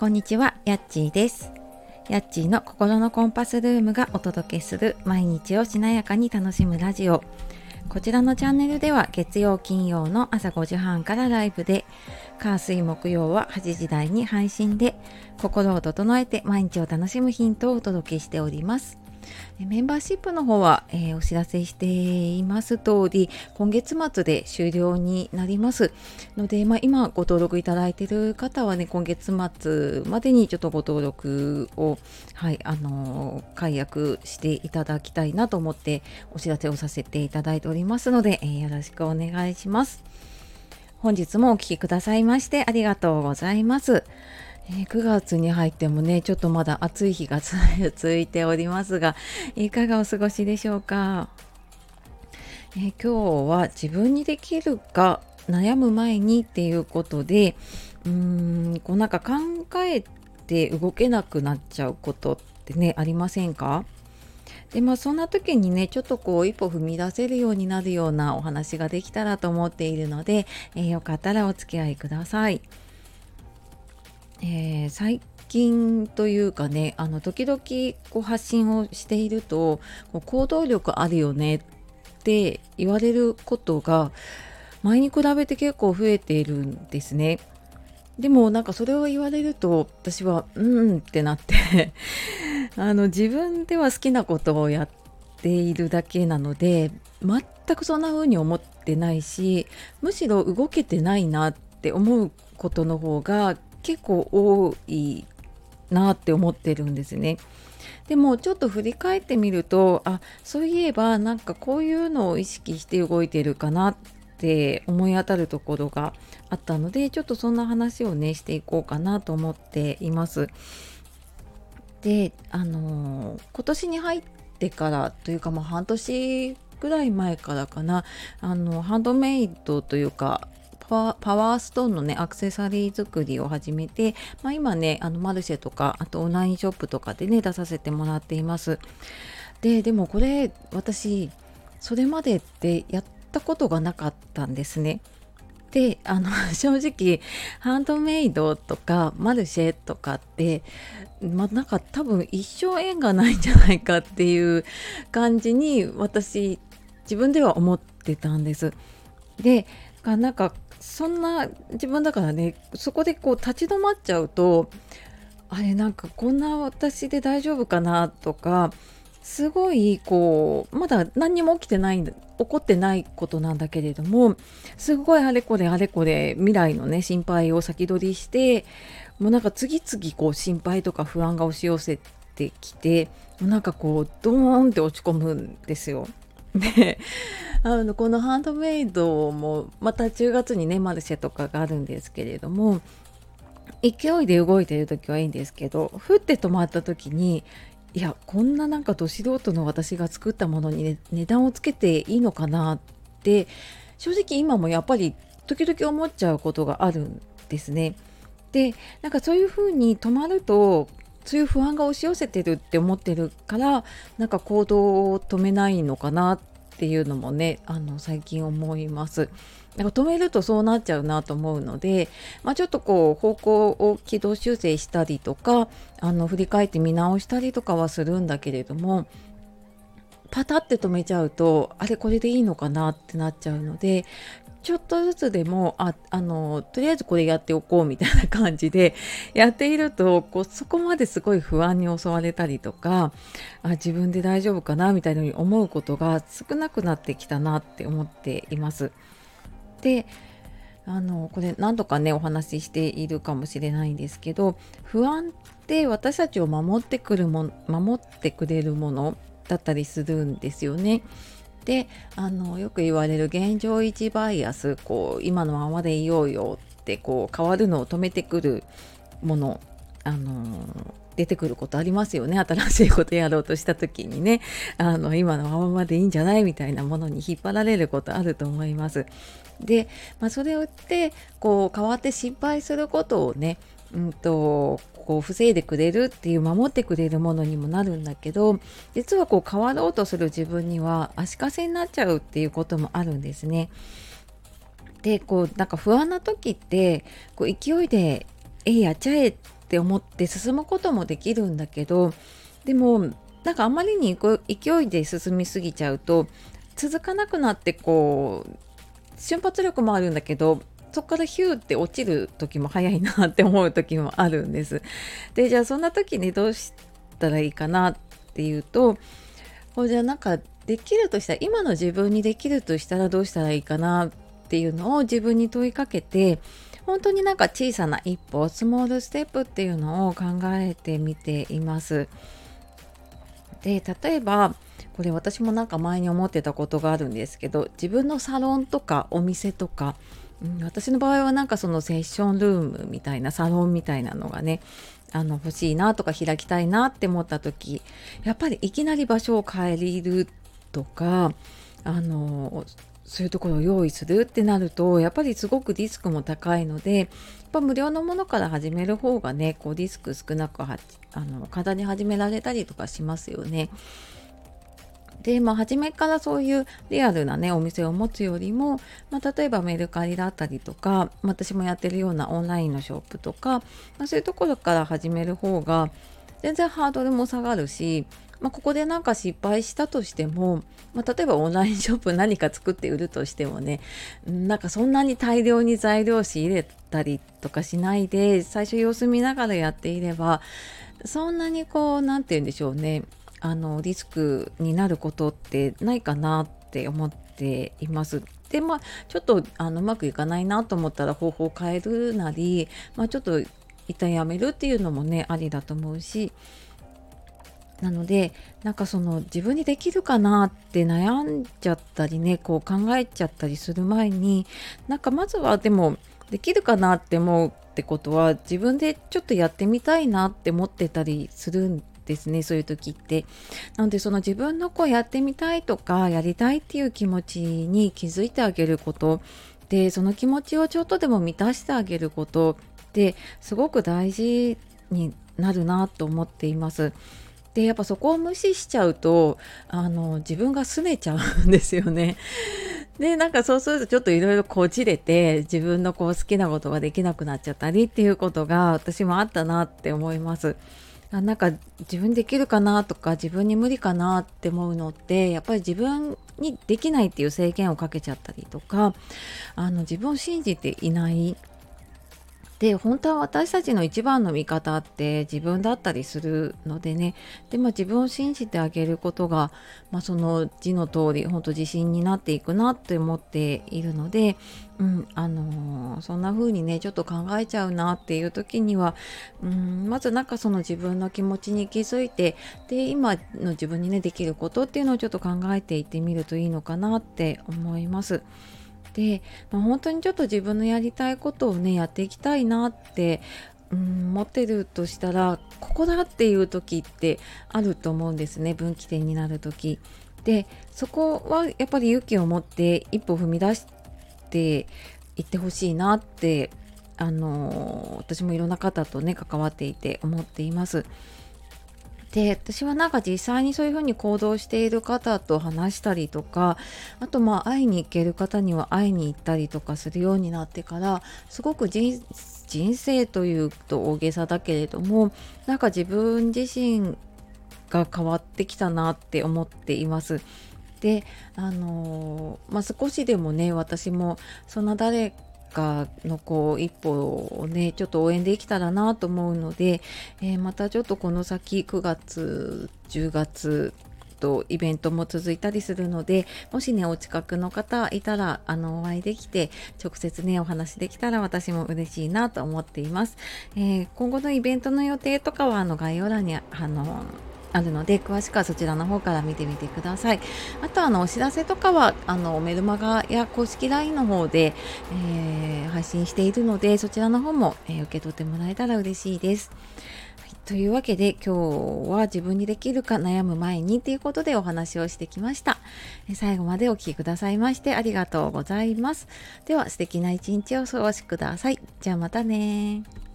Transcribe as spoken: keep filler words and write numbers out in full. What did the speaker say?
こんにちは、やっちーです。やっちーの心のコンパスルームがお届けする毎日をしなやかに楽しむラジオ。こちらのチャンネルでは月曜金曜の朝ごじはんからライブで、火水木曜ははちじ台に配信で、心を整えて毎日を楽しむヒントをお届けしております。メンバーシップの方は、えー、お知らせしています通り、今月末で終了になりますので、まあ、今ご登録いただいている方はね、今月末までにちょっとご登録を、はいあのー、解約していただきたいなと思ってお知らせをさせていただいておりますので、えー、よろしくお願いします。本日もお聞きくださいましてありがとうございます。えー、くがつに入ってもね、ちょっとまだ暑い日が続いておりますが、いかがお過ごしでしょうか。えー、今日は自分にできるか悩む前にっていうことで、うーんこうなんか考えて動けなくなっちゃうことってね、ありませんか？でまあそんな時にね、ちょっとこう一歩踏み出せるようになるようなお話ができたらと思っているので、えー、よかったらお付き合いください。えー、最近というかね、あの時々こう発信をしていると、こう行動力あるよねって言われることが前に比べて結構増えているんですね。でもなんかそれを言われると私はうんってなってあの自分では好きなことをやっているだけなので、全くそんな風に思ってないし、むしろ動けてないなって思うことの方が結構多いなって思ってるんですね。でもちょっと振り返ってみると、あ、そういえばなんかこういうのを意識して動いてるかなって思い当たるところがあったので、ちょっとそんな話をねしていこうかなと思っています。で、あのー今年に入ってからというか、まあ、半年ぐらい前からかな、あのハンドメイドというかパワー、パワーストーンのねアクセサリー作りを始めて、まあ、今ねあのマルシェとかあとオンラインショップとかでね出させてもらっています。ででもこれ私それまでってやったことがなかったんですね。であの正直ハンドメイドとかマルシェとかってまあ、なんか多分一生縁がないんじゃないかっていう感じに私自分では思ってたんです。でがなんかそんな自分だからね、そこでこう立ち止まっちゃうと、あれなんかこんな私で大丈夫かなとか、すごいこうまだ何にも起きてないんだ起こってないことなんだけれども、すごいあれこれあれこれ未来のね心配を先取りして、もうなんか次々こう心配とか不安が押し寄せてきて、もうなんかこうドーンって落ち込むんですよ。であのこのハンドメイドもまたじゅうがつにねマルシェとかがあるんですけれども、勢いで動いている時はいいんですけど、ふって止まった時に、いやこんななんかど素人の私が作ったものに、ね、値段をつけていいのかなって正直今もやっぱり時々思っちゃうことがあるんですね。でなんかそういう風に止まると、そういう不安が押し寄せてるって思ってるから、なんか行動を止めないのかなっていうのもね、あの最近思います。なんか止めるとそうなっちゃうなと思うので、まあ、ちょっとこう方向を軌道修正したりとか、あの振り返って見直したりとかはするんだけれども、パタって止めちゃうと、あれこれでいいのかなってなっちゃうので、ちょっとずつでもああのとりあえずこれやっておこうみたいな感じでやっていると、こうそこまですごい不安に襲われたりとか、あ自分で大丈夫かなみたいなふうに思うことが少なくなってきたなって思っています。であのこれ何度かねお話ししているかもしれないんですけど、不安って私たちを守ってくるも守ってくれるものだったりするんですよね。であのよく言われる現状維持バイアス、こう今のままでいようよってこう変わるのを止めてくるもの、あの出てくることありますよね。新しいことやろうとした時にね、あの今のままでいいんじゃないみたいなものに引っ張られることあると思います。で、まあ、それを言ってこう変わって失敗することをね、うんとこう防いでくれるっていう、守ってくれるものにもなるんだけど、実はこう変わろうとする自分には足かせになっちゃうっていうこともあるんですね。でこうなんか不安な時ってこう勢いでえいやっちゃえっって思って進むこともできるんだけど、でもなんかあまりにこう勢いで進みすぎちゃうと続かなくなって、こう瞬発力もあるんだけど、そこからヒューって落ちる時も早いなって思う時もあるんです。で、じゃあそんな時にどうしたらいいかなっていうと、こうじゃあなんかできるとしたら、今の自分にできるとしたらどうしたらいいかなっていうのを自分に問いかけて、本当になんか小さな一歩、スモールステップっていうのを考えてみています。で、例えばこれ私もなんか前に思ってたことがあるんですけど、自分のサロンとかお店とか、うん、私の場合はなんかそのセッションルームみたいな、サロンみたいなのがね、あの欲しいなとか開きたいなって思った時、やっぱりいきなり場所を変えるとか、あのそういうところを用意するってなると、やっぱりすごくリスクも高いので、やっぱ無料のものから始める方がね、こうリスク少なくはあの簡単に始められたりとかしますよね。で、まあ、初めからそういうリアルなね、お店を持つよりも、まあ、例えばメルカリだったりとか、まあ私もやってるようなオンラインのショップとか、まあ、そういうところから始める方が全然ハードルも下がるし、まあ、ここでなんか失敗したとしても、まあ、例えばオンラインショップ何か作って売るとしてもね、なんかそんなに大量に材料仕入れたりとかしないで、最初様子見ながらやっていれば、そんなにこう、なんて言うんでしょうね、あのリスクになることってないかなって思っています。で、まあちょっとあのうまくいかないなと思ったら方法を変えるなり、まあ、ちょっと一旦やめるっていうのもね、ありだと思うし、なのでなんかその自分にできるかなって悩んじゃったりね、こう考えちゃったりする前に、なんかまずはでもできるかなって思うってことは、自分でちょっとやってみたいなって思ってたりするんですね、そういう時って。なのでその自分のこうやってみたいとかやりたいっていう気持ちに気づいてあげることで、その気持ちをちょっとでも満たしてあげることってすごく大事になるなと思っています。で、やっぱそこを無視しちゃうと、あの自分が拗ねちゃうんですよね。で、なんかそうするとちょっといろいろこじれて、自分のこう好きなことができなくなっちゃったりっていうことが私もあったなって思います。あなんか自分できるかなとか自分に無理かなって思うのって、やっぱり自分にできないっていう制限をかけちゃったりとか、あの自分を信じていないで、本当は私たちの一番の味方って自分だったりするのでね。で、まあ、自分を信じてあげることが、まあ、その字の通り本当自信になっていくなって思っているので、うん、あのーそんな風にねちょっと考えちゃうなっていう時には、うん、まずなんかその自分の気持ちに気づいて、で今の自分にねできることっていうのをちょっと考えていってみるといいのかなって思います。で、まあ、本当にちょっと自分のやりたいことをねやっていきたいなって、うん、持ってるとしたら、ここだっていう時ってあると思うんですね、分岐点になる時で。そこはやっぱり勇気を持って一歩踏み出していってほしいなって、あの私もいろんな方とね関わっていて思っています。で、私はなんか実際にそういうふうに行動している方と話したりとか、あとまあ会いに行ける方には会いに行ったりとかするようになってから、すごく人人生というと大げさだけれども、なんか自分自身が変わってきたなって思っています。で、あのーまあ、少しでもね、私もそんな誰かのこう一歩をね、ちょっと応援できたらなと思うので、えーまたちょっとこの先くがつ、じゅうがつとイベントも続いたりするので、もしね、お近くの方いたら、あの、お会いできて、直接ね、お話できたら私も嬉しいなと思っています。えー今後のイベントの予定とかは、あの、概要欄に、あの、あるので、詳しくはそちらの方から見てみてください。あと、あのお知らせとかはあのメルマガや公式 ライン の方で、えー配信しているので、そちらの方も、えー受け取ってもらえたら嬉しいです。はい、というわけで今日は自分にできるか悩む前にということでお話をしてきました。えー最後までお聞きくださいましてありがとうございます。では素敵な一日をお過ごしください。じゃあまたね。